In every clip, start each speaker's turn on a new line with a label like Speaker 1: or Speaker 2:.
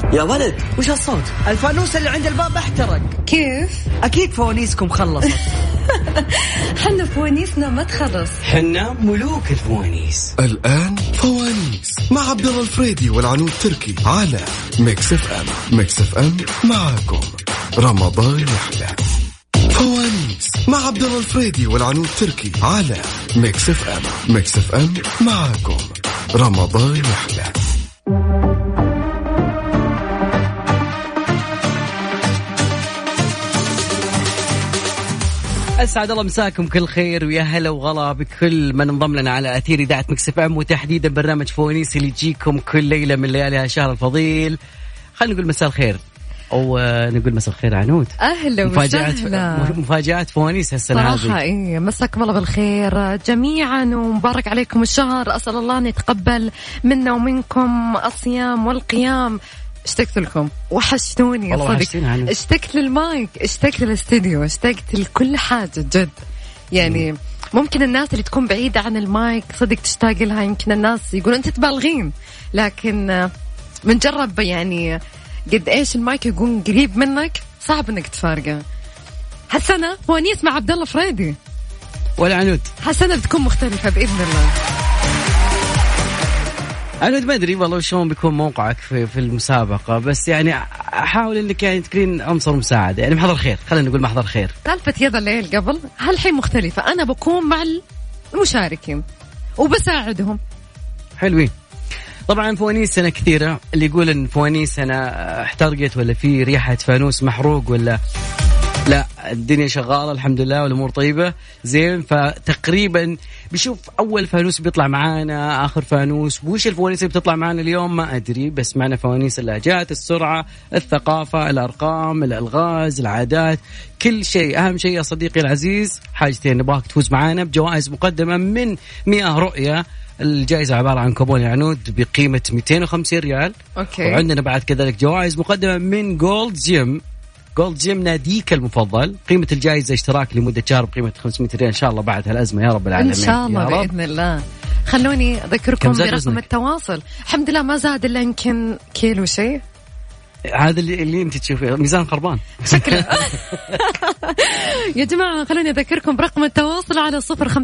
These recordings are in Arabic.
Speaker 1: يا ولد وش هالصوت؟
Speaker 2: الفانوس اللي عند الباب احترق.
Speaker 3: كيف؟
Speaker 2: أكيد فوانيسكم خلصت.
Speaker 3: حنا فوانيسنا ما تخلص.
Speaker 1: حنا ملوك الفوانيس.
Speaker 4: الآن فوانيس مع عبد الله الفريدي والعنود تركي على ميكس اف ام. ميكس اف ام معاكم رمضان يحلى. فوانيس مع عبد الله الفريدي والعنود تركي على ميكس اف ام. ميكس اف ام معاكم رمضان يحلى.
Speaker 5: أسعد الله مساكم كل خير ويا هلا وغلا بكل من انضم لنا على أثير إذاعة ميكس اف ام، وتحديدا برنامج فوانيس اللي يجيكم كل ليلة من ليالي الشهر الفضيل. خلينا نقول مساء الخير أو نقول مساء الخير عنود.
Speaker 3: أهلا وسهلا.
Speaker 5: مفاجآت فوانيس هالسنة هذه.
Speaker 3: صراحة إيه، مساكم الله بالخير جميعا ومبارك عليكم الشهر. أسأل الله أن يتقبل منا ومنكم الصيام والقيام. اشتقت لكم، وحشتوني صدق. اشتقت للمايك، اشتقت للاستديو، اشتقت لكل حاجة جد. يعني ممكن الناس اللي تكون بعيدة عن المايك صدق تشتاق لها. يمكن الناس يقولون أنت تبالغين، لكن منجرب يعني قد إيش المايك يكون قريب منك صعب إنك تفارقه. هالسنة فوانيس مع عبد الله فريدي
Speaker 5: والعنود.
Speaker 3: هالسنة بتكون مختلفة بإذن الله.
Speaker 5: أنا ما أدري والله شلون بيكون موقعك في المسابقة، بس يعني أحاول إنك يعني تكون عنصر مساعدة، يعني محضر خير. خلينا نقول محضر خير.
Speaker 3: سالفة يد الليل قبل هالحين مختلفة، أنا بكون مع المشاركين وبساعدهم.
Speaker 5: حلوين. طبعا فوانيس سنة كثيرة، اللي يقول إن فوانيس سنة احترقت ولا في ريحة فانوس محروق ولا لا، الدنيا شغالة الحمد لله والأمور طيبة زين. فتقريبا بشوف أول فانوس بيطلع معانا، آخر فانوس، وش الفوانيس اللي بتطلع معانا اليوم ما أدري، بس معنا فوانيس اللهجات، السرعة، الثقافة، الأرقام، الألغاز، العادات، كل شيء. أهم شيء يا صديقي العزيز حاجتين، نبغاك تفوز معانا بجوائز مقدمة من 100 رؤية. الجائزة عبارة عن كوبون عنود بقيمة 250 ريال.
Speaker 3: أوكي.
Speaker 5: وعندنا بعد كذلك جوائز مقدمة من جولد جيم. جولد جيم ناديك المفضل، قيمة الجائزة اشتراك لمدة شهر بقيمة 500 ريال إن شاء الله بعد هالأزمة يا رب العالمين.
Speaker 3: إن شاء الله بإذن الله. خلوني أذكركم برقم التواصل. الحمد لله ما زاد إلا يمكن كيلو شيء.
Speaker 5: هذا اللي أنت تشوفه ميزان خربان
Speaker 3: شكله. يا جماعة خلوني أذكركم برقم التواصل على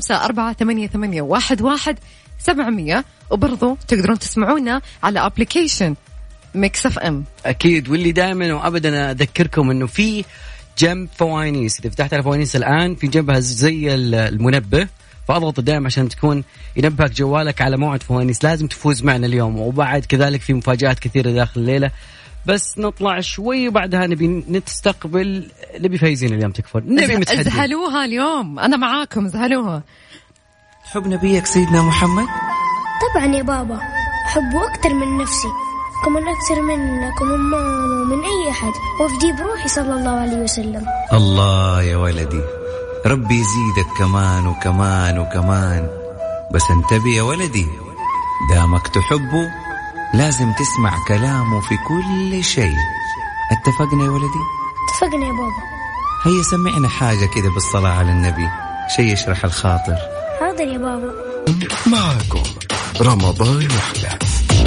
Speaker 3: 0548811700، وبرضو تقدرون تسمعونا على أبليكيشن ميكس اف ام.
Speaker 5: أكيد. واللي دائما وأبدا أذكركم أنه في جنب فوانيس، إذا فتحت على فوانيس الآن في جنبها زي المنبه، فأضغط دائما عشان تكون ينبهك جوالك على موعد فوانيس. لازم تفوز معنا اليوم، وبعد كذلك في مفاجآت كثيرة داخل الليلة. بس نطلع شوي وبعدها نبي نستقبل نبي فايزين اليوم. تكفر نبي متحدين.
Speaker 3: ازهلوها اليوم، أنا معاكم ازهلوها.
Speaker 1: تحب نبيك سيدنا محمد؟
Speaker 6: طبعا يا بابا، أحبه أكتر من نفسي، كمان أكثر منك ومن ماما ومن أي أحد، وافدي بروحي صلى الله عليه وسلم.
Speaker 7: الله يا ولدي، ربي يزيدك كمان وكمان وكمان. بس انتبه يا ولدي، دامك تحبه لازم تسمع كلامه في كل شيء. اتفقنا يا ولدي؟
Speaker 6: اتفقنا يا بابا.
Speaker 7: هيا سمعنا حاجة كده بالصلاة على النبي، شيء يشرح الخاطر.
Speaker 6: حاضر يا بابا.
Speaker 4: معكم رمضان يحلى.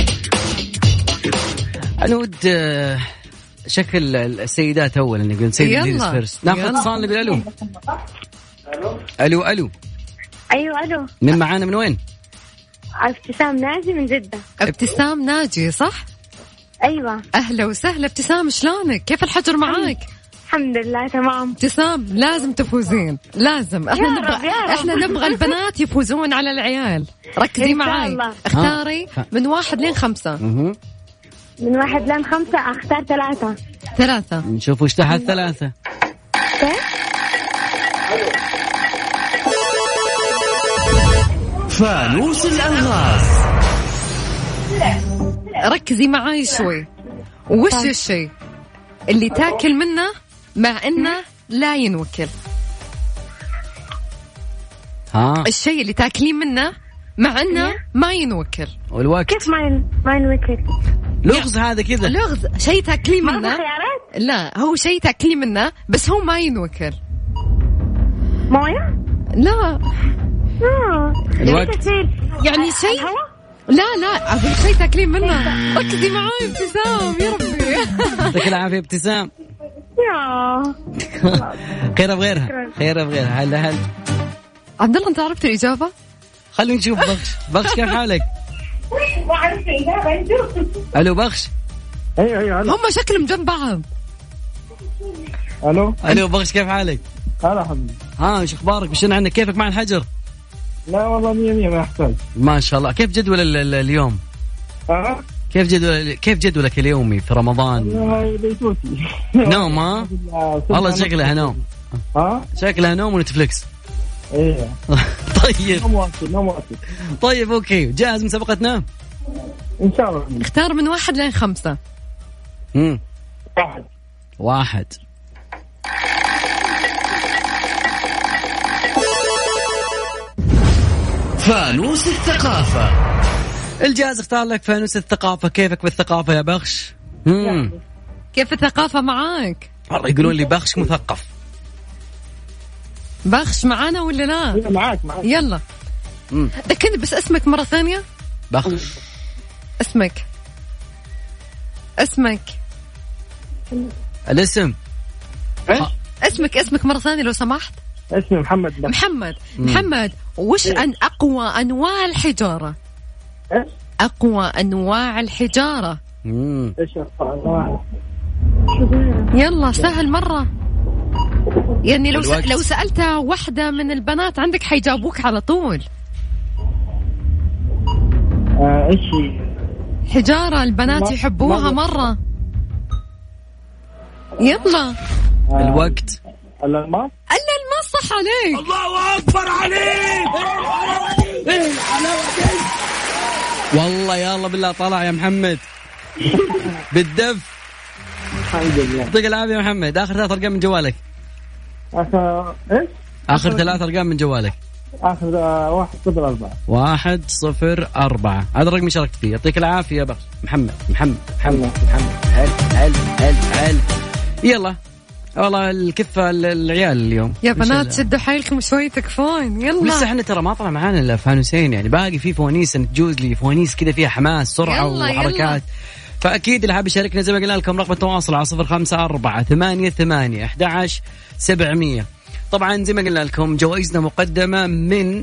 Speaker 5: عنود شكل السيدات أولا نقول سيد ليديز فيرست. ناخذ اتصال بالألو. ألو ألو.
Speaker 8: أيوة ألو.
Speaker 5: من معانا من وين؟
Speaker 8: ابتسام ناجي من جدة.
Speaker 3: ابتسام ناجي صح؟
Speaker 8: أيوة.
Speaker 3: أهلا وسهلا ابتسام، شلونك؟ كيف الحجر معاك؟
Speaker 8: الحمد لله تمام.
Speaker 3: ابتسام لازم تفوزين، لازم. احنا نبغى البنات يفوزون على العيال. ركزي معاي، اختاري من 1 لين 5.
Speaker 8: من 1 لين 5 اختار 3.
Speaker 5: نشوف وش تحت 3.
Speaker 1: فانوس الألغاز.
Speaker 3: ركزي معاي شوي. وش الشيء اللي تاكل منه مع انه لا ينوكل؟ الشيء اللي تاكلين منه مع انه ما ينوكل.
Speaker 5: والوقت
Speaker 8: كيف ما ينوكل؟
Speaker 5: لغز هذا كذا.
Speaker 3: لغز، شيء تاكلين منه. لا هو شيء تاكلين منه بس هو ما ينوكل.
Speaker 8: مويه؟
Speaker 3: لا.
Speaker 5: الوقت
Speaker 3: يعني شيء. لا أقول شيء تاكلين منه. ركزي معاي ابتسام يا ربي.
Speaker 5: يعطيك العافية ابتسام. خير بغيرها، خير بغيرها. هلا
Speaker 3: عبد الله، انت عرفت الإجابة؟
Speaker 5: خلينا نشوف. بخش كيف حالك؟
Speaker 8: ما عرفت الإجابة.
Speaker 5: ألو بخش.
Speaker 9: ايوه
Speaker 3: هم شكلهم جنب بعض.
Speaker 9: الو
Speaker 5: بخش كيف حالك؟
Speaker 9: هلا حبيبي.
Speaker 5: شو اخبارك؟ وشنا عنك؟ كيفك مع الحجر؟
Speaker 9: لا والله 100 ما يحتاج.
Speaker 5: ما شاء الله. كيف جدول اليوم؟ كيف جدولك اليومي في رمضان؟
Speaker 9: بيتوتي.
Speaker 5: نوم؟ ها والله شكلها نوم. شكلها نوم ونتفليكس.
Speaker 9: ايه.
Speaker 5: طيب
Speaker 9: نوم واكل.
Speaker 5: طيب اوكي، جاهز مسابقتنا؟
Speaker 9: ان شاء الله.
Speaker 3: اختار من 1 لين 5.
Speaker 5: 1.
Speaker 1: فانوس الثقافة.
Speaker 5: الجهاز اختار لك فانوس الثقافة. كيفك بالثقافة يا بخش؟
Speaker 3: كيف الثقافة معاك؟
Speaker 5: والله يقولون لي بخش مثقف.
Speaker 3: بخش معانا ولا لا؟
Speaker 9: معاك.
Speaker 3: يلا ذكرني بس اسمك مرة ثانية.
Speaker 5: بخش.
Speaker 3: اسمك الاسم. اسمك مرة ثانية لو سمحت.
Speaker 9: اسمي محمد.
Speaker 3: محمد. وش أقوى أنواع الحجارة؟ أقوى أنواع الحجارة.
Speaker 9: ايش أنواع؟
Speaker 3: يلا سهل مرة، يعني لو سألت واحدة من البنات عندك حيجاوبوك على طول.
Speaker 9: ايش
Speaker 3: حجارة البنات يحبوها مرة. يلا.
Speaker 5: الوقت.
Speaker 9: الألماس.
Speaker 3: صح عليك.
Speaker 1: الله أكبر عليك.
Speaker 5: والله يا الله بالله طلع يا محمد بالدف.
Speaker 9: الحمد لله.
Speaker 5: يعطيك العافية يا محمد. آخر 3 أرقام من جوالك. آخر 3 أرقام من جوالك.
Speaker 9: آخر 104.
Speaker 5: 104. هذا الرقم شاركت فيه. يعطيك العافية يا بخش. محمد. هل يلا. والله الكفة العيال اليوم
Speaker 3: يا بنات شدوا حيلكم شوي تكفون. يلا
Speaker 5: لسه احنا ترى ما طلع معانا الا فانوسين، يعني باقي في فوانيس تجوز لي فوانيس كذا فيها حماس سرعة وحركات. فأكيد اللي حاب يشاركنا زي ما قلنا لكم رقم التواصل على 0548811700. طبعا زي ما قلنا لكم جوائزنا مقدمة من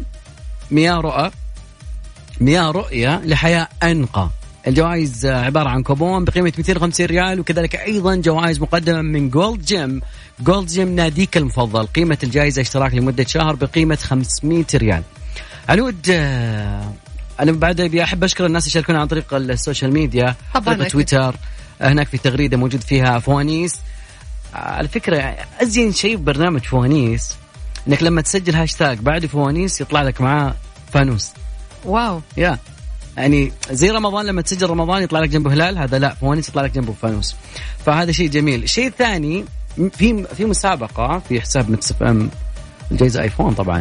Speaker 5: مياه رؤية لحياة أنقى. الجوائز عبارة عن كوبون بقيمة 250 ريال، وكذلك أيضا جوائز مقدمة من جولد جيم ناديك المفضل. قيمة الجائزة اشتراك لمدة شهر بقيمة 500 ريال. عنود، أنا بعد أحب أشكر الناس اللي يشاركونا عن طريق السوشيال ميديا، طريق تويتر. هناك في تغريدة موجود فيها فوانيس. على فكرة أزين شيء ببرنامج فوانيس إنك لما تسجل هاشتاج بعد فوانيس يطلع لك معاه فانوس.
Speaker 3: واو.
Speaker 5: يعني زي رمضان لما تسجل رمضان يطلع لك جنبه هلال، هذا لا فوانيس يطلع لك جنبه فانوس. فهذا شيء جميل. الشيء الثاني في مسابقة في حساب ميكس اف ام، الجائزة ايفون طبعا.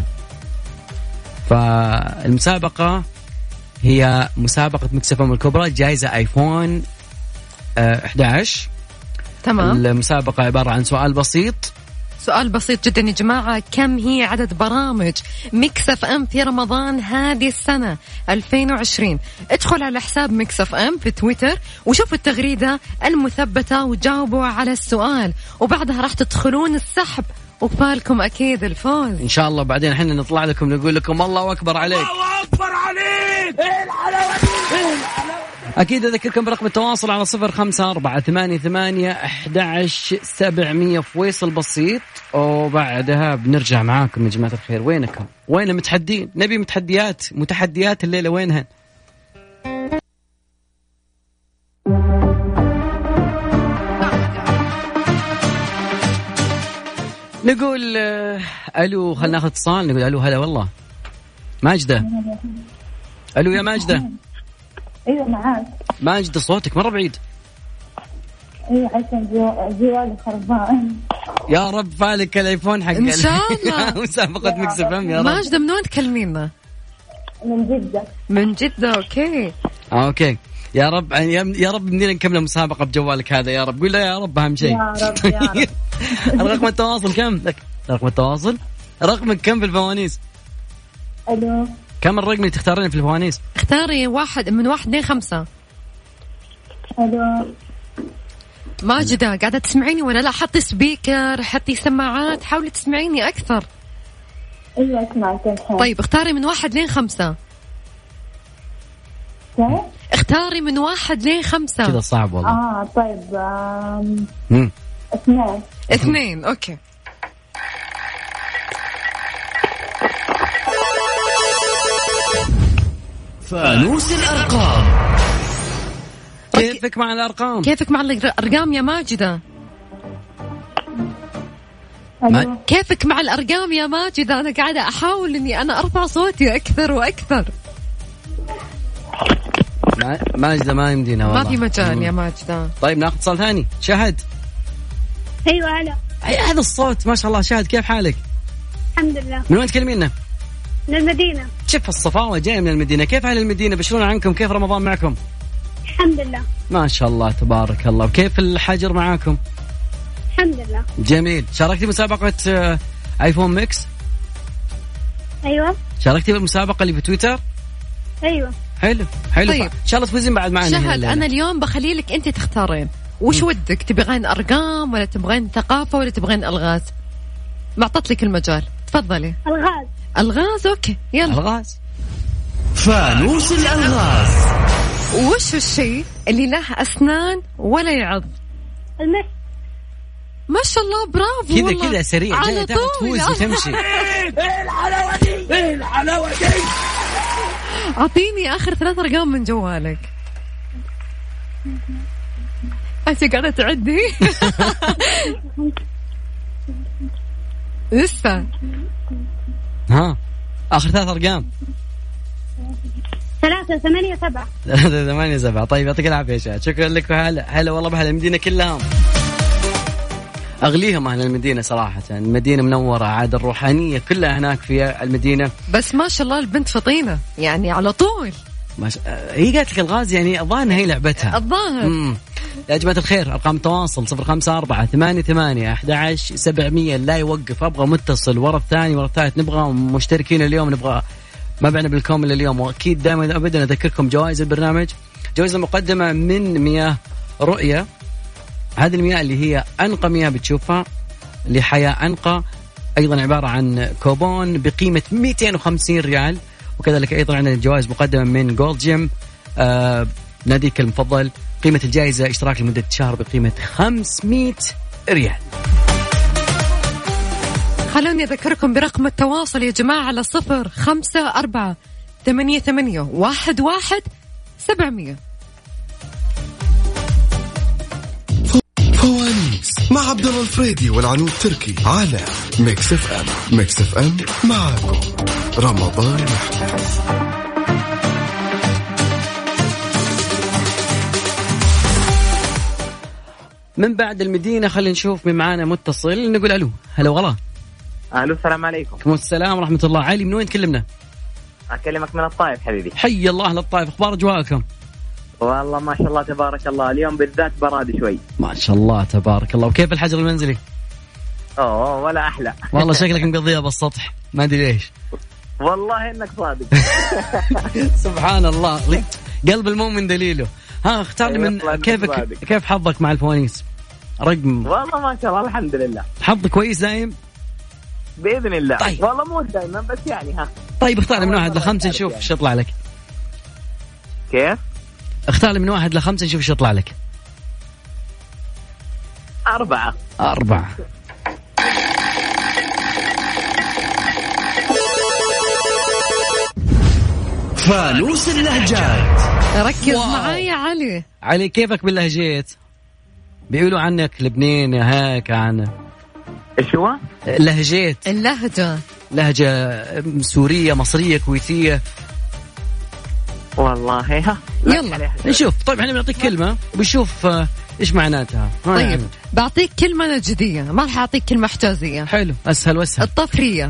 Speaker 5: فالمسابقة هي مسابقة ميكس اف ام الكبرى، جائزة ايفون 11.
Speaker 3: تمام.
Speaker 5: المسابقة عبارة عن سؤال بسيط
Speaker 3: جدا يا جماعة. كم هي عدد برامج ميكس اف ام في رمضان هذه السنة 2020؟ ادخل على حساب ميكس اف ام في تويتر وشوفوا التغريدة المثبتة وجاوبوا على السؤال، وبعدها راح تدخلون السحب وبالكم أكيد الفوز
Speaker 5: إن شاء الله. بعدين احنا نطلع لكم نقول لكم الله أكبر عليك.
Speaker 1: الله أكبر عليك. إيه الحلاوة دي.
Speaker 5: أكيد أذكركم برقم التواصل على 0548811700. فويصل بسيط وبعدها بنرجع معاكم يا جماعة الخير. وينكم؟ وين متحدين؟ نبي متحديات الليلة وينها؟ نقول ألو. خلنا ناخذ اتصال. نقول ألو. هلا والله. ماجدة. ألو يا ماجدة.
Speaker 8: ايوه معاك.
Speaker 5: ماجدة صوتك مرة بعيد.
Speaker 8: ايوه عشان جوالي خربان.
Speaker 5: يا رب فالك الايفون حق
Speaker 3: ان شاء الله.
Speaker 5: مسابقة ميكس اف ام يا رب.
Speaker 3: ماجدة من وين تكلمينا؟
Speaker 8: من جدة.
Speaker 3: اوكي.
Speaker 5: اوكي يا رب. يا رب بدنا نكمل المسابقة بجوالك هذا يا رب. قول له يا رب اهم شيء.
Speaker 8: يا رب.
Speaker 5: رقم التواصل كم؟ رقم التواصل رقمك كم في الفوانيس؟
Speaker 8: الو.
Speaker 5: كم الرقم اللي تختارين في الفوانيس؟
Speaker 3: اختاري واحد من 1 2 5.
Speaker 8: الو.
Speaker 3: ماجدة قاعدة تسمعيني ولا لا؟ حطي سبيكر، حطي سماعات، حاولي تسمعيني أكثر.
Speaker 8: أيوة أسمعك.
Speaker 3: طيب اختاري من 1 لين 5. اختاري من 1 لين 5.
Speaker 5: كذا صعب والله.
Speaker 8: طيب
Speaker 3: 2. أوكي.
Speaker 1: فانوس الأرقام.
Speaker 5: كيفك مع الأرقام؟
Speaker 3: كيفك مع الأرقام يا ماجدة؟ كيفك مع الأرقام يا ماجدة؟ أنا قاعدة أحاول إني أنا أرفع صوتي أكثر وأكثر.
Speaker 5: ماجدة ما يمدينا والله،
Speaker 3: ما في مجال يا ماجدة.
Speaker 5: طيب ناخذ اتصال ثاني. شهد.
Speaker 8: أيوة هلا.
Speaker 5: هذا الصوت ما شاء الله. شهد كيف حالك؟
Speaker 8: الحمد لله.
Speaker 5: من وين تكلمينا؟
Speaker 8: من المدينة.
Speaker 5: شوف الصفاوة جاية من المدينة. كيف أهل المدينة؟ بشرونا عنكم، كيف رمضان معكم؟
Speaker 8: الحمد لله
Speaker 5: ما شاء الله تبارك الله. وكيف الحجر معاكم؟
Speaker 8: الحمد لله.
Speaker 5: جميل. شاركتي مسابقة آيفون ميكس؟
Speaker 8: أيوة.
Speaker 5: شاركتي بالمسابقة اللي بتويتر؟
Speaker 8: أيوة.
Speaker 5: حلو.
Speaker 3: طيب.
Speaker 5: إن شاء الله تفوزين بعد معنا.
Speaker 3: شهد أنا اليوم بخلي لك أنت تختارين وش ودك، تبغين أرقام ولا تبغين ثقافة ولا تبغين ألغاز؟ ما أعطت لك المجال، تفضلي. ألغاز. أوكي يلا.
Speaker 5: ألغاز.
Speaker 1: فانوس الألغاز.
Speaker 3: وش الشيء اللي له أسنان ولا يعض؟
Speaker 8: المس.
Speaker 3: ما شاء الله برافو.
Speaker 5: كذا سريع
Speaker 3: على طول
Speaker 5: تفوز وتمشي.
Speaker 1: ايه الحلاوة دي.
Speaker 3: أعطيني آخر 3 أرقام من جوالك. أنت قاعدة تعدي؟ لسه.
Speaker 5: ها آخر 3 أرقام.
Speaker 8: 387.
Speaker 5: 387. طيب يعطيك العافية يا شهد. شكرا لك. هلا والله بأهل المدينة كلهم. أغليهم أهل المدينة صراحة. المدينة منورة، عاد الروحانية كلها هناك في المدينة.
Speaker 3: بس ما شاء الله البنت فطينة يعني على طول.
Speaker 5: هي قالت لك الغاز يعني الظاهر هي لعبتها
Speaker 3: الظاهر.
Speaker 5: يا جماعة الخير أرقام التواصل 0548811700. لا يوقف، أبغى متصل ورا الثاني ورا الثالث. نبغى مشتركين اليوم، نبغى ما بعنا بالكم إلا اليوم. وأكيد دائما أبدا أذكركم جوائز البرنامج. جوائز مقدمة من مياه رؤية. هذه المياه اللي هي أنقى مياه بتشوفها لحياة أنقى. أيضا عبارة عن كوبون بقيمة 250 ريال. وكذلك أيضا عندنا جوائز مقدمة من جولد جيم ناديك المفضل. قيمة الجائزة اشتراك لمدة شهر بقيمة 500 ريال.
Speaker 3: خلوني أذكركم برقم التواصل يا جماعة على 0548811700.
Speaker 4: فوانيس مع عبد الله الفريدي والعنود تركي على ميكس اف ام. ميكس اف ام معاكم رمضان يحلى.
Speaker 5: من بعد المدينة خلينا نشوف من معانا متصل. نقول ألو. هلا والله.
Speaker 10: ألو السلام عليكم.
Speaker 5: عليكم السلام ورحمة الله. علي من وين تكلمنا؟
Speaker 10: أكلمك من الطائف حبيبي.
Speaker 5: حي الله أهل الطائف. أخبار أجواءكم؟
Speaker 10: والله ما شاء الله تبارك الله. اليوم بالذات براد شوي.
Speaker 5: ما شاء الله تبارك الله. وكيف الحجر المنزلي؟
Speaker 10: ولا أحلى.
Speaker 5: والله شكلك مقضيها بالسطح، ما أدري ليش.
Speaker 10: والله إنك صادق.
Speaker 5: سبحان الله، قلب المؤمن دليله. ها اختار لي من كيف حظك مع الفوانيس؟ رقم.
Speaker 10: والله ما شاء الله الحمد لله.
Speaker 5: حظ كويس دايم
Speaker 10: بإذن الله.
Speaker 5: طيب.
Speaker 10: والله مو دايما بس يعني ها.
Speaker 5: طيب اختار لي من 1 ل5 نشوف ايش يطلع لك.
Speaker 10: كيف؟
Speaker 5: اختار لي من 1 ل5 نشوف ايش يطلع لك.
Speaker 10: 4.
Speaker 1: فانوس اللهجات.
Speaker 3: ركز معايا علي.
Speaker 5: كيفك باللهجات؟ بيقولوا عنك لبناني هيك عن
Speaker 10: ايش هو؟
Speaker 5: لهجات. لهجة سورية مصرية كويتية.
Speaker 10: والله ها
Speaker 3: يلا
Speaker 5: نشوف. طيب احنا بنعطيك كلمة وبنشوف ايش معناتها.
Speaker 3: طيب
Speaker 5: يعني.
Speaker 3: بعطيك كلمة نجدية، ما راح اعطيك كلمة حجازية.
Speaker 5: حلو، اسهل واسهل.
Speaker 3: الطفرية.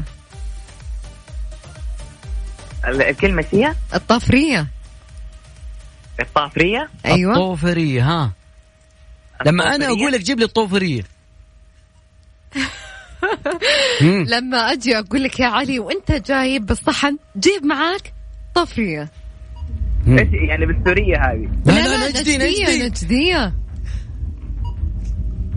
Speaker 10: الكلمة هي
Speaker 3: الطفرية. ايوه
Speaker 5: الطوفرية. ها لما انا اقول لك جيب لي الطوفرية.
Speaker 3: لما اجي اقول لك يا علي وانت جايب بالصحن جيب معاك طفرية.
Speaker 10: ايش يعني بالسورية هذه؟
Speaker 3: لا نجدية.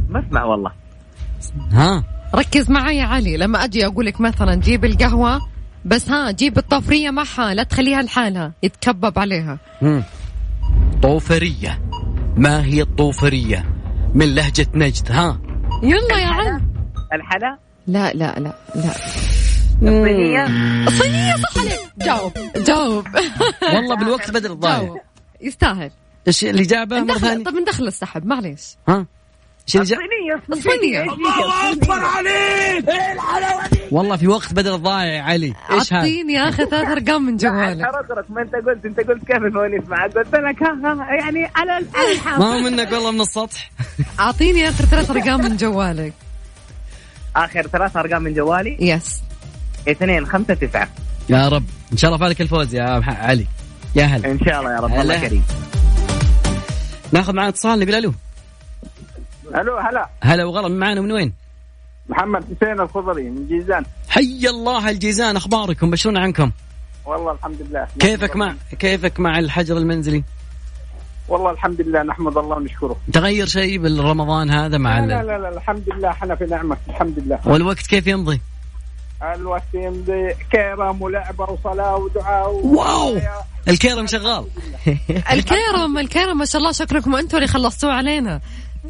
Speaker 10: بسمع والله.
Speaker 5: ها
Speaker 3: ركز معي يا علي، لما أجي أقول لك مثلا جيب القهوة بس جيب الطفرية معها، لا تخليها لحالها يتكبب عليها.
Speaker 5: طوفرية. ما هي الطوفرية من لهجة نجد؟ ها
Speaker 3: يلا يا علي.
Speaker 10: الحلا.
Speaker 3: لا لا لا لا.
Speaker 10: الصينية.
Speaker 3: الصينية صح عليك. جاوب
Speaker 5: والله بالوقت بدل الضايع.
Speaker 3: يستاهل.
Speaker 5: ايش الإجابة مرة ثانية؟
Speaker 3: طب ندخل السحب معليش.
Speaker 5: ها
Speaker 3: الصينية.
Speaker 1: الله أكبر عليك. إيه الحلاوة دي؟
Speaker 5: والله في وقت بدل الضايع يا علي. ايش هذا؟
Speaker 3: عطيني يا أخي 3 أرقام من جوالك.
Speaker 10: ما أنت قلت كيف الفوانيس معك؟ قلت لك ها يعني على الحافة.
Speaker 5: ما هو منك والله من السطح.
Speaker 3: أعطيني آخر 3 أرقام من جوالك.
Speaker 10: آخر 3 أرقام من جوالي.
Speaker 3: يس.
Speaker 10: 2 5 9.
Speaker 5: يا رب إن شاء الله فالك الفوز يا علي. يا هلا.
Speaker 10: إن شاء الله يا رب. الله كريم.
Speaker 5: ناخذ معنا اتصال. نقول ألو.
Speaker 9: الو.
Speaker 5: هلا وغلا. معنا من وين؟
Speaker 9: محمد حسين الخضري من جيزان.
Speaker 5: حي الله الجيزان. اخباركم؟ بشرونا عنكم.
Speaker 9: والله الحمد لله.
Speaker 5: كيفك مع الحجر المنزلي؟
Speaker 9: والله الحمد لله نحمد الله ونشكره.
Speaker 5: تغير شيء بالرمضان هذا مع
Speaker 9: لا الحمد لله احنا في نعمه الحمد لله.
Speaker 5: والوقت كيف يمضي؟
Speaker 9: الوقت يمضي كرم ولعبه وصلاه ودعاء
Speaker 5: واو الكرم شغال.
Speaker 3: الكرم ما شاء الله. شكركم انتم اللي خلصتوه علينا.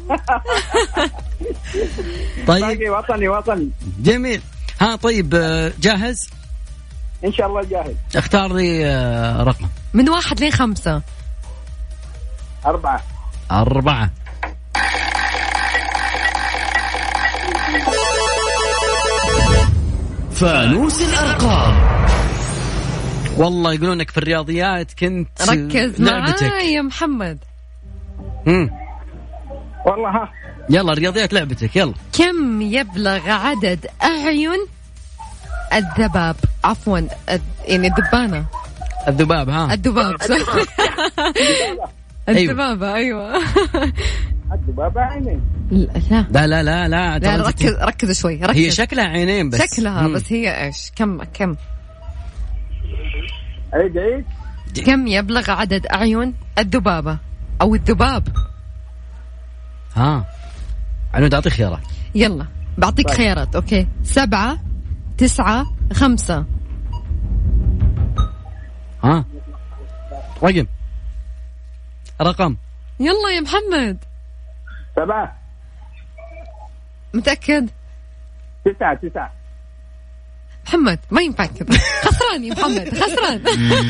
Speaker 5: طيب
Speaker 9: وطني
Speaker 5: جميل. ها طيب جاهز؟
Speaker 9: ان شاء الله جاهز.
Speaker 5: اختار لي رقم
Speaker 3: من 1 ل 5.
Speaker 5: 4.
Speaker 1: فانوس الأرقام.
Speaker 5: والله يقولونك في الرياضيات كنت
Speaker 3: ركز معاي يا محمد.
Speaker 9: والله ها
Speaker 5: يلا الرياضيات لعبتك. يلا.
Speaker 3: كم يبلغ عدد أعين الذباب؟ عفوا يعني الدبانة.
Speaker 5: الذباب. ها
Speaker 3: الذباب. الذبابة. أيوة.
Speaker 9: الذبابة عينين.
Speaker 5: لا
Speaker 3: ركز شوي.
Speaker 5: هي شكلها عينين بس.
Speaker 3: بس هي إيش؟ كم
Speaker 9: عيد
Speaker 3: كم يبلغ عدد أعين الذبابة أو الذباب؟
Speaker 5: عنود أعطي خيارات.
Speaker 3: يلا بعطيك خيارات. أوكي 7 9 5.
Speaker 5: رقم.
Speaker 3: يلا يا محمد.
Speaker 9: 7.
Speaker 3: متأكد؟
Speaker 9: 9.
Speaker 3: محمد ما ينفع كذا. خسران يا محمد خسران.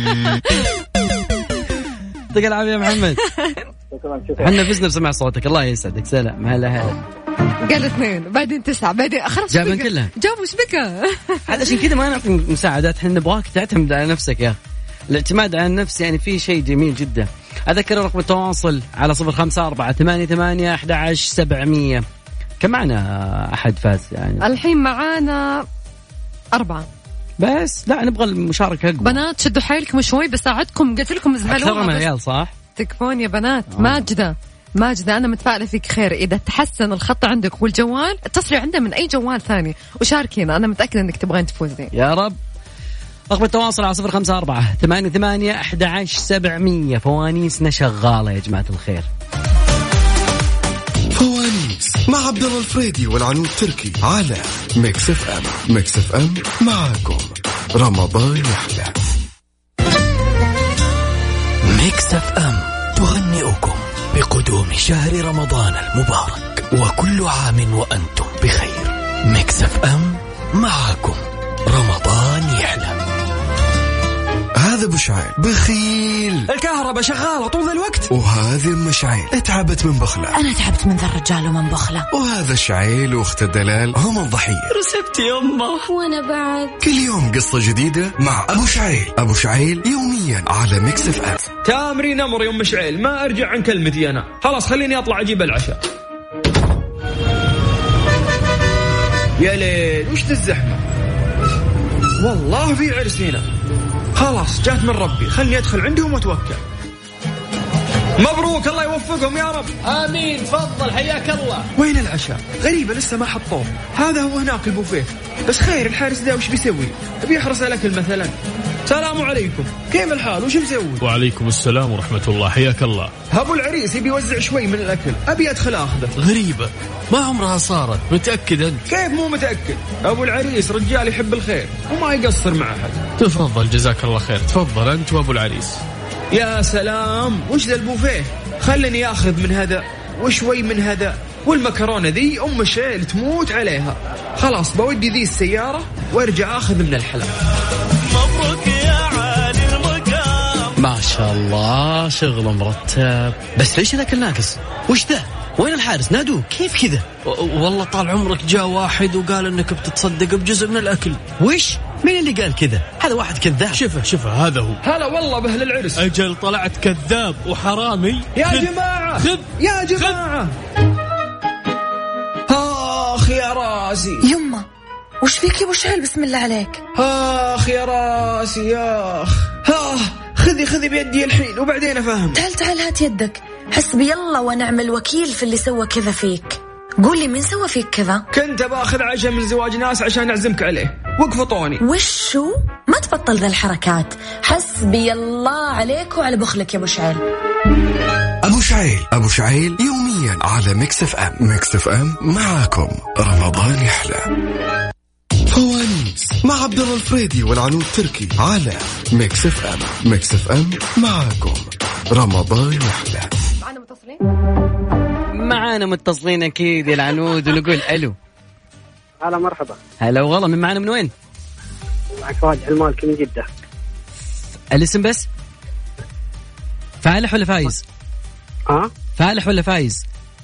Speaker 5: يعطيك العافية يا محمد. احنا فزنا بسمع صوتك. الله يسعدك. سلام. هلا.
Speaker 3: قال 2 بعدين 9 بعدين خلاص
Speaker 5: جابن كلها.
Speaker 3: جابوا وش بك؟
Speaker 5: عشان كذا ما نعطي مساعدات. احنا نبغاك تعتمد على نفسك يا أخي. الاعتماد على النفس يعني فيه شيء جميل جدا. أذكر رقم التواصل على 0548811700. كم معنا أحد فاز يعني؟
Speaker 3: الحين معانا 4
Speaker 5: بس. لا نبغى المشاركة أكبر.
Speaker 3: بنات شدوا حيلكم شوي بساعدكم. قلت لكم ازبلوها
Speaker 5: أكثر من عيال صح؟
Speaker 3: تكفون يا بنات. ماجدة أنا متفائلة فيك خير. إذا تحسن الخط عندك والجوال اتصلي عنده من أي جوال ثاني وشاركينا. أنا متأكدة أنك تبغين تفوزين
Speaker 5: يا رب. رقم التواصل على 0548811700. فوانيسنا شغالة يا جماعة الخير.
Speaker 4: فوانيس مع عبد الله الفريدي والعنود تركي على ميكس اف ام. ميكس اف ام معاكم رمضان يحلى.
Speaker 1: ميكس اف ام تهنئكم بقدوم شهر رمضان المبارك وكل عام وأنتم بخير. ميكس اف ام معاكم رمضان يحلى.
Speaker 4: هذا بشعيل بخيل.
Speaker 1: الكهرباء شغالة طول الوقت.
Speaker 4: وهذه مشعيل تعبت من بخلة.
Speaker 11: أنا تعبت من ذا الرجال ومن بخلة.
Speaker 4: وهذا شعيل واخت دلال هم الضحية.
Speaker 1: رسبت يمه.
Speaker 11: وأنا بعد.
Speaker 4: كل يوم قصة جديدة مع أبو شعيل. أبو شعيل يوميا على ميكس اف ام.
Speaker 12: تامرين أمر يوم مشعيل. ما أرجع عن كلمتي أنا. خلاص خليني أطلع أجيب العشاء. يا ليل وش الزحمة. والله في عرس هنا. خلاص جات من ربي. خلني أدخل عندهم وأتوكل. مبروك الله يوفقهم يا رب.
Speaker 13: آمين. تفضل حياك الله.
Speaker 12: وين العشاء؟ غريبة لسه ما حطوه. هذا هو هناك البوفيه. بس خير الحارس ذا وش بيسوي؟ بيحرس الأكل مثلا. سلام عليكم، كيف الحال وش مسوي؟
Speaker 13: وعليكم السلام ورحمة الله، حياك الله.
Speaker 12: أبو العريس يبي يوزع شوي من الأكل، أبي أدخل أخذه.
Speaker 13: غريبة، ما عمرها صارت. متأكد أنت؟
Speaker 12: كيف مو متأكد؟ أبو العريس رجال يحب الخير وما يقصر مع أحد.
Speaker 13: تفضل، جزاك الله خير، تفضل أنت وأبو العريس.
Speaker 12: يا سلام، وش ذا البوفيه؟ خلني أخذ من هذا وشوي من هذا، والمكرونة ذي أم الشيل تموت عليها. خلاص بودي ذي السيارة وارجع أخذ من الحلال.
Speaker 1: مبروك يا عالي المقام.
Speaker 5: ما شاء الله، شغل مرتب. بس ليش الأكل ناقص؟ وش ذا؟ وين الحارس؟ نادوه. كيف كذا؟
Speaker 1: والله طال عمرك جاء واحد وقال انك بتتصدق بجزء من الاكل.
Speaker 5: وش؟ مين اللي قال كذا؟ هذا واحد كذاب.
Speaker 13: شوفه هذا هو.
Speaker 12: هلا والله بأهل العرس.
Speaker 13: أجل طلعت كذاب وحرامي.
Speaker 12: يا جماعة يا جماعة. آخ يا راسي.
Speaker 11: يمه وش فيك يا ابو شعيل؟ بسم الله عليك.
Speaker 12: آخ يا راسي يا أخ. خذي بيدي الحين وبعدين أفهم.
Speaker 11: تعال هات يدك. حسبي الله ونعم الوكيل في اللي سوى كذا فيك. قول لي مين سوى فيك كذا؟
Speaker 12: كنت باخذ عشاء من زواج ناس عشان أعزمك عليه وقفطوني.
Speaker 11: وشو؟ ما تبطل ذا الحركات. حسبي الله عليك وعلى بخلك يا ابو شعيل.
Speaker 4: أبو شعيل يوميا على ميكس اف ام. ميكس اف ام معاكم رمضان يحلى. فوانيس مع عبد الله الفريدي والعنود تركي على ميكس اف ام. ميكس اف ام معاكم رمضان يحلى.
Speaker 5: معانا متصلين أكيد يا العنود ونقول ألو.
Speaker 14: هلا مرحبا.
Speaker 5: هلا والله، من معنا من وين؟
Speaker 14: معك راجح المالكي من جدة.
Speaker 5: الاسم بس؟ فالح ولا فايز؟ فالح ولا فايز؟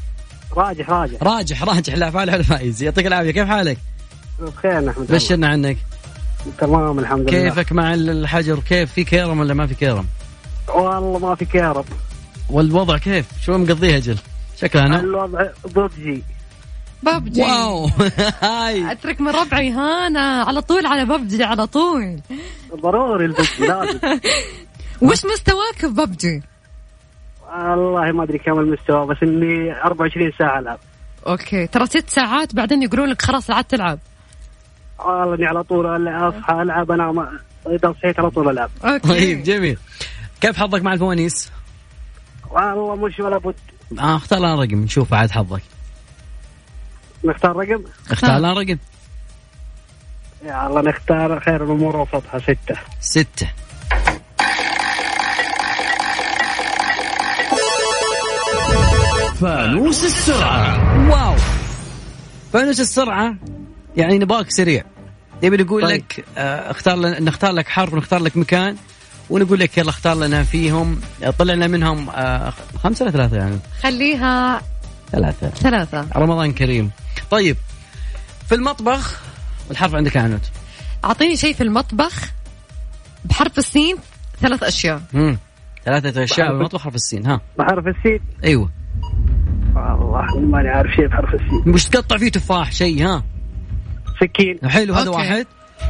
Speaker 5: راجح. لا فالح ولا فايز. يعطيك العافية، كيف حالك؟
Speaker 14: بخير نحمد الله.
Speaker 5: بشرنا عنك.
Speaker 14: تمام الحمد لله.
Speaker 5: كيفك مع الحجر؟ كيف، في كيرم ولا ما في كيرم؟
Speaker 14: والله ما في كيرم.
Speaker 5: والوضع كيف؟ شو مقضيها أجل؟ شكلها أنا
Speaker 14: الوضع ببجي.
Speaker 5: واو. هاي
Speaker 3: أترك من ربعي هانا على طول على ببجي على طول.
Speaker 14: ضروري الببجي لازم.
Speaker 3: وش مستواك في ببجي؟
Speaker 14: والله ما أدري كم المستوى، بس إني 24 ساعة ألعب.
Speaker 3: أوكي، ترى 6 ساعات بعدين يقولون لك خلاص لا تلعب.
Speaker 14: والله إني على طول أصحى ألعب، أنا إذا صحيت على طول ألعب.
Speaker 5: طيب جميل. كيف حظك مع الفوانيس؟
Speaker 14: والله مش ولا بد.
Speaker 5: اختار لنا رقم نشوف عاد حظك.
Speaker 14: نختار رقم؟
Speaker 5: اختار لنا رقم.
Speaker 14: يا الله نختار خير الأمور وسطها.
Speaker 5: 6.
Speaker 1: فانوس السرعة.
Speaker 5: واو، فانوس السرعة يعني نباك سريع. يبي نقول
Speaker 14: طيب.
Speaker 5: لك نختار لك حرف ونختار لك مكان ونقول لك يلا اختار لنا فيهم. طلعنا منهم 5 ولا 3 يعني؟
Speaker 3: خليها 3.
Speaker 5: رمضان كريم. طيب في المطبخ والحرف عندك عنود.
Speaker 3: أعطيني شيء في المطبخ بحرف السين. 3 أشياء.
Speaker 5: 3 أشياء بالمطبخ حرف السين. ها
Speaker 14: بحرف السين.
Speaker 5: أيوة.
Speaker 14: والله ماني عارف شيء بحرف السين.
Speaker 5: مش تقطع فيه تفاح شيء؟ ها
Speaker 14: سكين.
Speaker 5: حلو هذا. واحد.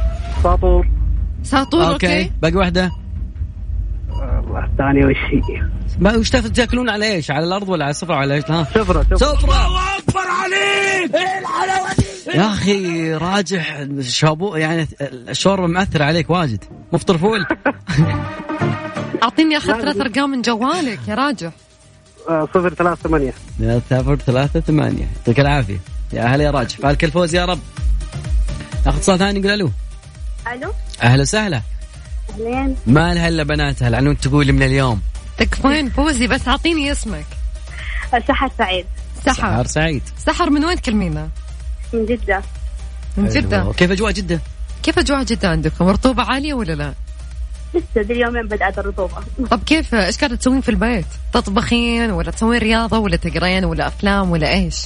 Speaker 14: ساطور.
Speaker 5: أوكي. باقي واحدة.
Speaker 14: والله الثاني
Speaker 5: وش تاكلون على ايش؟ على الارض ولا على السفرة ولا ايش؟ ها
Speaker 14: سفرة.
Speaker 1: الله أكبر عليك. إيه الحلاوة دي
Speaker 5: يا أخي راجح شابو، يعني الشوربة مأثر عليك واجد. مفطر فول.
Speaker 3: أعطيني آخر 3 أرقام من جوالك يا راجح.
Speaker 14: 038.
Speaker 5: 038. يعطيك العافية يا أهلا يا راجح. فالك الفوز يا رب. ناخذ صوت ثاني نقول ألو. أهلا وسهلا.
Speaker 8: أهلين.
Speaker 5: ما لها إلا بناتها. العنود تقول من اليوم
Speaker 3: تكفين فوزي، بس أعطيني اسمك.
Speaker 8: سحر سعيد.
Speaker 3: سحر
Speaker 5: سعيد.
Speaker 3: سحر من وين تكلمينا؟
Speaker 8: من جدة.
Speaker 3: من جدة.
Speaker 5: كيف أجواء جدة؟
Speaker 3: كيف أجواء جدة عندكم؟ رطوبة عالية ولا لا؟
Speaker 8: لسه ذي اليومين بدأت الرطوبة.
Speaker 3: طب كيف إيش قاعدة تسوين في البيت؟ تطبخين ولا تسوين رياضة ولا تقرين ولا أفلام ولا إيش؟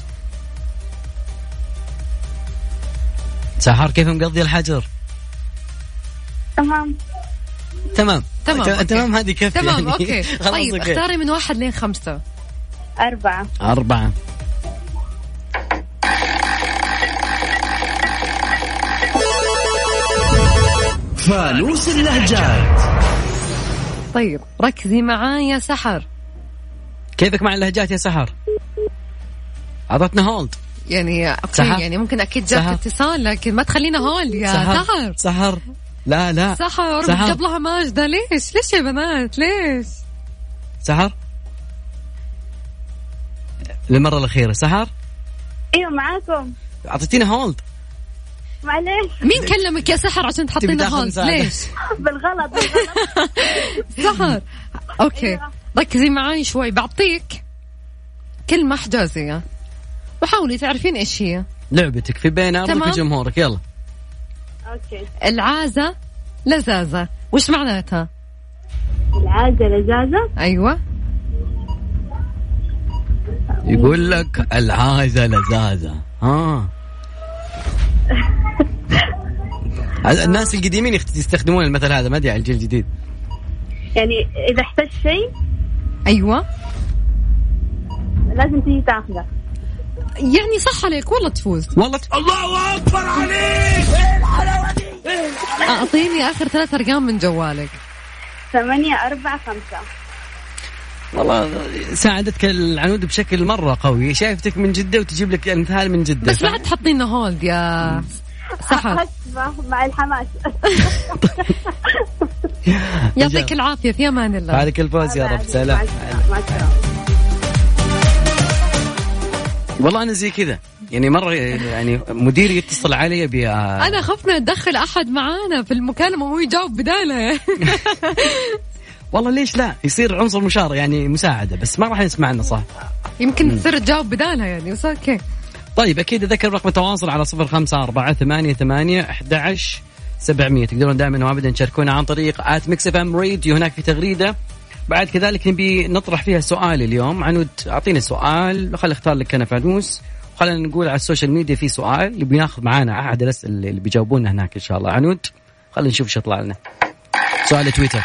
Speaker 5: سحر كيف مقضي الحجر؟ تمام. هذه كيف
Speaker 3: تمام
Speaker 5: يعني.
Speaker 3: أوكي. طيب اختاري من 1 لين 5.
Speaker 8: 4.
Speaker 1: فانوس اللهجات.
Speaker 3: طيب ركزي معاي يا سحر.
Speaker 5: كيفك مع اللهجات يا سحر؟ عطتنا هولد
Speaker 3: يعني أوكي. يعني ممكن أكيد جاك اتصال لكن ما تخلينا هولد يا سحر.
Speaker 5: لا
Speaker 3: سحر قبلها ماجدة. ليش يا بنات ليش؟
Speaker 5: سحر للمرة الأخيرة. سحر
Speaker 8: ايوه معاكم.
Speaker 5: أعطيتينا هولد.
Speaker 8: معليش.
Speaker 3: مين كلمك يا سحر عشان تحطينا هولد؟ ليش؟
Speaker 8: بالغلط.
Speaker 3: سحر اوكي ركزي معاي شوي. بعطيك كلمة حجازية وحاولي تعرفين ايش هي.
Speaker 5: لعبتك في بين أرضك وجمهورك. يلا.
Speaker 8: اوكي.
Speaker 3: العازة لزازة وش معناتها؟
Speaker 8: العازة لزازة.
Speaker 3: ايوه
Speaker 5: يقول لك العازة لزازة. الناس القديمين يستخدمون المثل هذا، ما ادري على الجيل الجديد.
Speaker 8: يعني اذا احتاج شيء
Speaker 3: ايوه
Speaker 8: لازم تيجي تاخذه.
Speaker 3: يعني صح عليك والله تفوز.
Speaker 5: والله الله اكبر عليك. ايه الحلاوه دي.
Speaker 3: اعطيني اخر 3 ارقام من جوالك.
Speaker 8: 845.
Speaker 5: والله ساعدتك العنود بشكل مرة قوي. شايفتك من جدة وتجيب لك أمثال من جدة.
Speaker 3: بس لا تحطينا هولد يا سحر.
Speaker 8: مع الحماس.
Speaker 3: يعطيك العافية. في أمان الله.
Speaker 5: عليك الفوز يا رب. سلام. والله أنا زي كذا يعني مرة يعني مديري يتصل علي
Speaker 3: أنا خفنا ندخل أحد معانا في المكالمة وهو يجاوب بدالها.
Speaker 5: والله ليش لا يصير عنصر مشاركة يعني مساعدة، بس ما راح يسمعنا صح.
Speaker 3: يمكن تصير تجاوب بدالها يعني بس اوكي.
Speaker 5: طيب أكيد أذكر رقم التواصل على 0548811700. تقدرون دائما وابدا تشاركونا عن طريق @mixfmradio. هناك في تغريدة بعد كذلك نبي نطرح فيها سؤال اليوم. عنود أعطينا سؤال وخلي اختار لك أنا فانوس. خلينا نقول على السوشيال ميديا في سؤال اللي بياخذ معانا أحد الأسئلة اللي بيجاوبونا هناك إن شاء الله. عنود خلينا نشوف شو يطلع لنا. سؤال تويتر.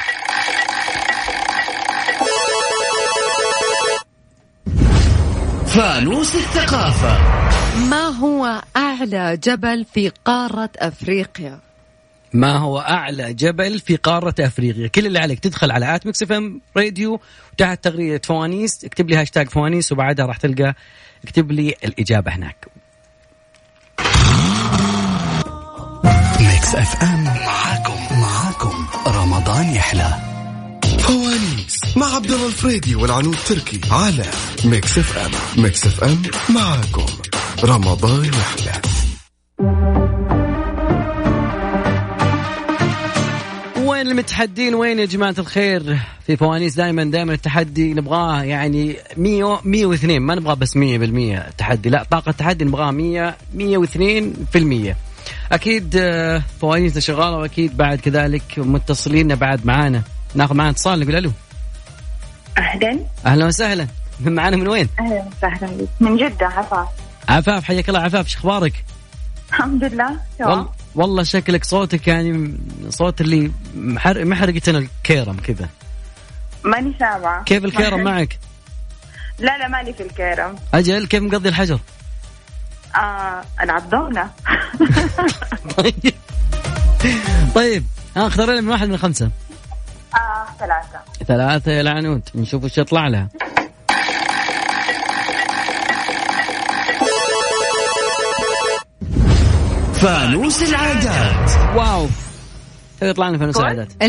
Speaker 4: فانوس الثقافة.
Speaker 3: ما هو أعلى جبل في قارة أفريقيا؟
Speaker 5: ما هو أعلى جبل في قارة أفريقيا؟ كل اللي عليك تدخل على @mixfmradio وتحت تغريدة فوانيس اكتب لي هاشتاج فوانيس وبعدها راح تلقى اكتب لي الإجابة هناك.
Speaker 4: ميكس اف ام معاكم رمضان يحلى. فوانيس مع عبد الله الفريدي والعنود تركي على ميكس اف ام. ميكس اف ام معاكم رمضان يحلى.
Speaker 5: وين المتحدين؟ وين يا جماعة الخير؟ في فوانيس دائما التحدي نبغاه يعني 102. ما نبغاه بس 100% التحدي، لا طاقة التحدي نبغاه 102%. أكيد فوانيسنا شغالة وأكيد بعد كذلك متصلين بعد معانا. ناخذ معانا اتصال نقول ألو. أهلا وسهلا. معانا من وين؟
Speaker 15: أهلا وسهلا من جدة.
Speaker 5: عفاف حياك الله. عفاف شو أخبارك؟
Speaker 15: الحمد لله.
Speaker 5: والله شكلك صوتك يعني صوت اللي محرقتنا الكيرم كذا.
Speaker 15: ماني سامعة.
Speaker 5: كيف الكيرم معك؟
Speaker 15: لا ماني في الكيرم.
Speaker 5: أجل كيف مقضي الحجر؟
Speaker 15: ألعب ضمنة.
Speaker 5: طيب اختار لي من 1 من 5. 3 يا العنود. نشوف وش يطلع لها.
Speaker 4: فانوس العادات.
Speaker 5: واو يطلع لنا فانوس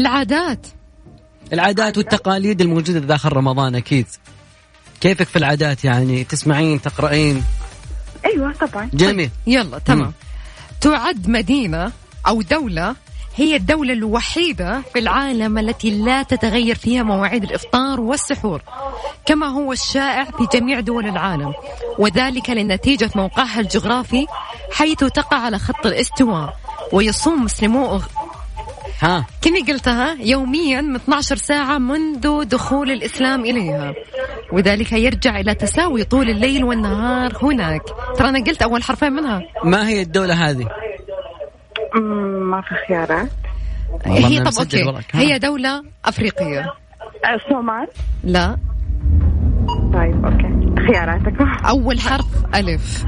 Speaker 5: العادات والتقاليد الموجودة داخل رمضان. أكيد كيفك في العادات؟ يعني تسمعين تقرأين؟
Speaker 15: أيوة طبعا.
Speaker 5: جميل.
Speaker 3: يلا تمام. تعد مدينة أو دولة هي الدولة الوحيدة في العالم التي لا تتغير فيها مواعيد الإفطار والسحور كما هو الشائع في جميع دول العالم، وذلك لنتيجة موقعها الجغرافي حيث تقع على خط الاستواء، ويصوم مسلمو كني قلتها يوميا من 12 ساعة منذ دخول الإسلام إليها، وذلك يرجع إلى تساوي طول الليل والنهار هناك. ترى أنا قلت أول حرفين منها.
Speaker 5: ما هي الدولة هذه؟
Speaker 15: ما في خيارات.
Speaker 3: هي طب أوكي هي دولة أفريقية.
Speaker 15: الصومال؟
Speaker 3: لا.
Speaker 15: طيب أوكي خياراتك.
Speaker 3: أول حرف ألف.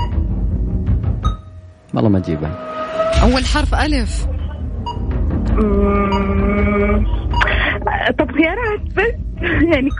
Speaker 5: والله ما أجيبها.
Speaker 3: أول حرف ألف.
Speaker 15: طب خيارات بس يعني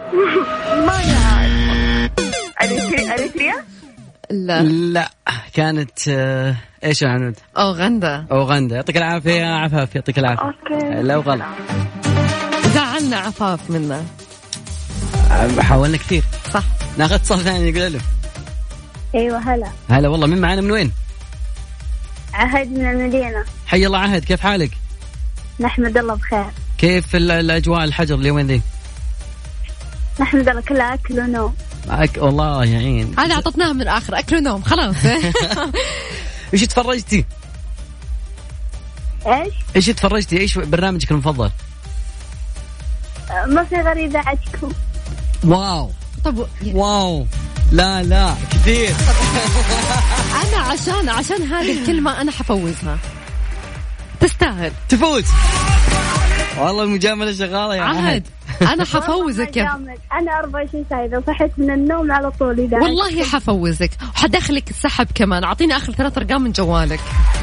Speaker 15: ما أعرف. أريتريا؟
Speaker 5: لا كانت ايش العنود؟ اوغندا. يعطيك العافيه يا عفاف، يعطيك العافيه.
Speaker 15: اوكي.
Speaker 5: لا غلط،
Speaker 3: زعلنا عفاف منا.
Speaker 5: حاولنا كثير.
Speaker 3: صح.
Speaker 5: ناخذ اتصال ثاني. نقول له
Speaker 8: ايوه هلا
Speaker 5: والله. مين معانا من وين؟
Speaker 8: عهد من المدينة.
Speaker 5: حي الله عهد، كيف حالك؟
Speaker 8: نحمد الله بخير.
Speaker 5: كيف الأجواء الحجر اليومين ذي؟
Speaker 8: نحمد الله كلها أكل ونوم.
Speaker 5: والله يعين.
Speaker 3: هذا عطتناها من الآخر، أكل ونوم خلاص.
Speaker 5: إيش تفرجتي؟ إيش تفرجتي؟ إيش برنامجك المفضل؟
Speaker 8: ما في غير إذاعتكم.
Speaker 5: واو.
Speaker 3: طب
Speaker 5: واو. لا كثير.
Speaker 3: أنا عشان هذه الكلمة أنا حفوزها. تستاهل
Speaker 5: تفوز. والله المجاملة شغالة يا عهد.
Speaker 3: أنا حفوزك
Speaker 8: أنا 24 ساعة إذا صحت من النوم على طول إذا
Speaker 3: والله حفوزك، وحدخلك السحب كمان. أعطيني آخر 3 أرقام من جوالك.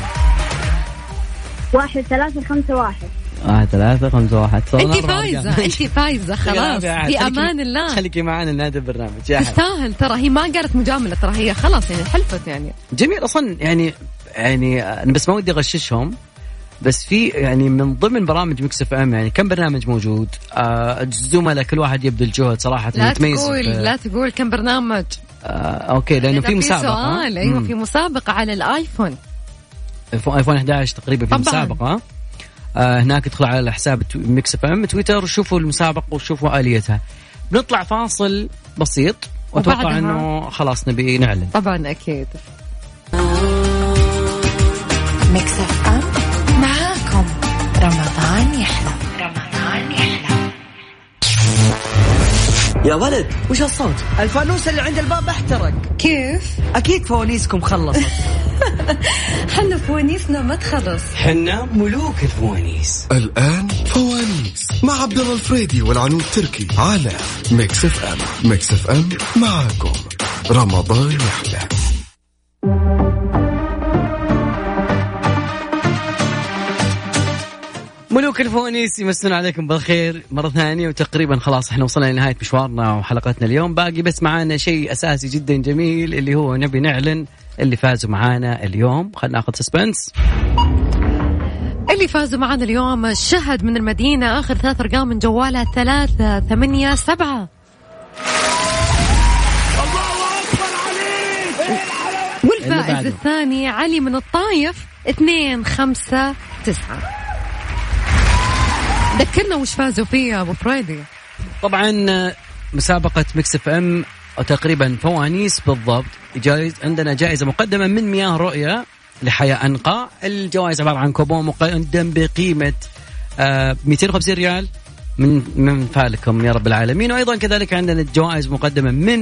Speaker 8: 1351.
Speaker 5: 1351.
Speaker 3: أنت فايزة خلاص في أمان الله.
Speaker 5: خليكي معنا لهذا البرنامج يا أحد.
Speaker 3: تستاهل ترى، هي ما قالت مجاملة ترى، هي خلاص يعني حلفت يعني.
Speaker 5: جميل أصلا يعني أنا بس ما ودي أغششهم، بس في يعني من ضمن برامج ميكس اف ام يعني كم برنامج موجود؟ الزملاء كل واحد يبذل جهد صراحة.
Speaker 3: لا تقول كم برنامج.
Speaker 5: أوكي لأنه في مسابقة.
Speaker 3: أيوة في مسابقة على الآيفون.
Speaker 5: ايفون 11 تقريبا في مسابقة. هناك ادخل على حساب ميكس اف ام تويتر وشوفوا المسابقة وشوفوا آليتها. بنطلع فاصل بسيط واتوقع انه خلاص نبي نعلن.
Speaker 3: طبعا اكيد.
Speaker 11: ميكس اف ام معاكم رمضان يحلى.
Speaker 2: يا ولد
Speaker 1: وش الصوت؟
Speaker 2: الفانوس اللي عند الباب احترق.
Speaker 3: كيف؟
Speaker 2: اكيد فوانيسكم خلصت.
Speaker 3: حنا فوانيسنا ما تخلص.
Speaker 5: حنا ملوك الفوانيس.
Speaker 4: الآن فوانيس مع عبد الله الفريدي والعنود تركي على ميكس اف ام. ميكس اف ام معاكم رمضان يحلى.
Speaker 5: ملوك الفوانيس يمسون عليكم بالخير مرة ثانية، وتقريبا خلاص احنا وصلنا لنهاية مشوارنا وحلقتنا اليوم. باقي بس معانا شيء أساسي جدا جميل اللي هو نبي نعلن اللي فازوا معانا اليوم. خلنا ناخذ سسبنس.
Speaker 3: اللي فازوا معانا اليوم شهد من المدينة، آخر 3 أرقام من جوالها 387. والفائز الثاني علي من الطايف 259. ذكرنا وش فازوا فيه يا أبو فريدي.
Speaker 5: طبعا مسابقة ميكس اف ام تقريبا فوانيس بالضبط. عندنا جائزة مقدمة من مياه رؤية لحياة أنقى. الجوائز عبارة عن كوبون مقدم بقيمة 250 ريال من فالكم يا رب العالمين. وأيضا كذلك عندنا الجوائز مقدمة من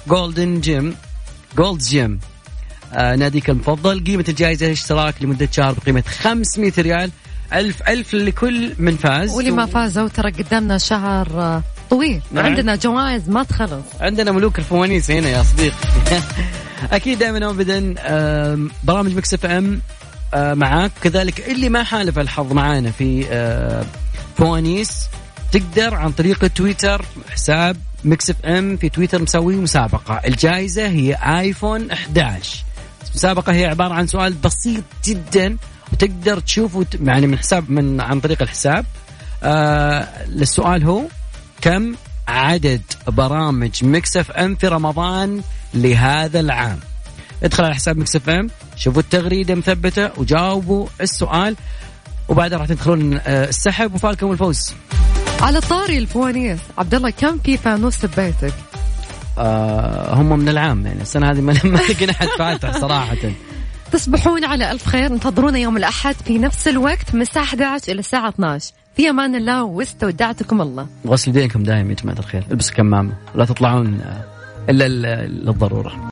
Speaker 5: جولد جيم ناديك المفضل. قيمة الجائزة اشتراك لمدة شهر بقيمة 500 ريال. ألف لكل من فاز.
Speaker 3: واللي ما فازوا ترى قدامنا شهر طويل. نعم. عندنا جوائز ما تخلص.
Speaker 5: عندنا ملوك الفوانيس هنا يا صديق. أكيد دائما وأبدا برامج ميكس اف ام معاك. كذلك اللي ما حالف الحظ معانا في فوانيس تقدر عن طريق تويتر حساب ميكس اف ام في تويتر مسوي مسابقة. الجائزة هي آيفون 11. المسابقة هي عبارة عن سؤال بسيط جدا وتقدر تشوفه يعني من حساب عن طريق الحساب. السؤال هو كم عدد برامج ميكس اف ام في رمضان لهذا العام؟ ادخل على حساب ميكس اف ام، شوفوا التغريدة مثبتة وجاوبوا السؤال، وبعدها راح تدخلون السحب وفالكم الفوز.
Speaker 3: على طاري الفوانيس عبد الله، كم في فانوس ببيتك؟
Speaker 5: هم من العام يعني السنة هذه ما لقينا حد فاتح صراحة.
Speaker 3: تصبحون على ألف خير. انتظرونا يوم الأحد في نفس الوقت من الساعة 11 إلى الساعة 12. في أمان الله واستودعتكم الله.
Speaker 5: غسل يدينكم دائما يا جماعة الخير. البسوا كمامة ولا تطلعون إلا للضرورة.